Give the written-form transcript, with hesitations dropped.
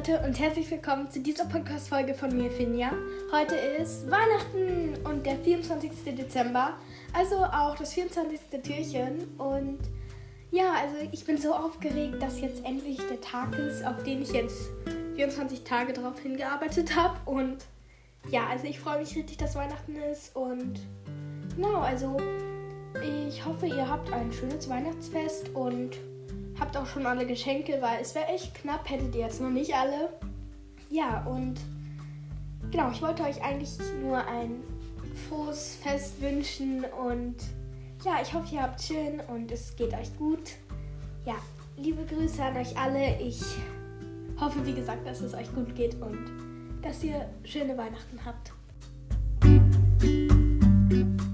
Leute und herzlich willkommen zu dieser Podcast-Folge von mir, Finja. Heute ist Weihnachten und der 24. Dezember, also auch das 24. Türchen. Und ja, also ich bin so aufgeregt, dass jetzt endlich der Tag ist, auf den ich jetzt 24 Tage darauf hingearbeitet habe. Und ja, also ich freue mich richtig, dass Weihnachten ist. Und genau, also ich hoffe, ihr habt ein schönes Weihnachtsfest und habt auch schon alle Geschenke, weil es wäre echt knapp, hättet ihr jetzt noch nicht alle. Ja, und genau, ich wollte euch eigentlich nur ein frohes Fest wünschen und ja, ich hoffe, ihr habt schön und es geht euch gut. Ja, liebe Grüße an euch alle. Ich hoffe, wie gesagt, dass es euch gut geht und dass ihr schöne Weihnachten habt.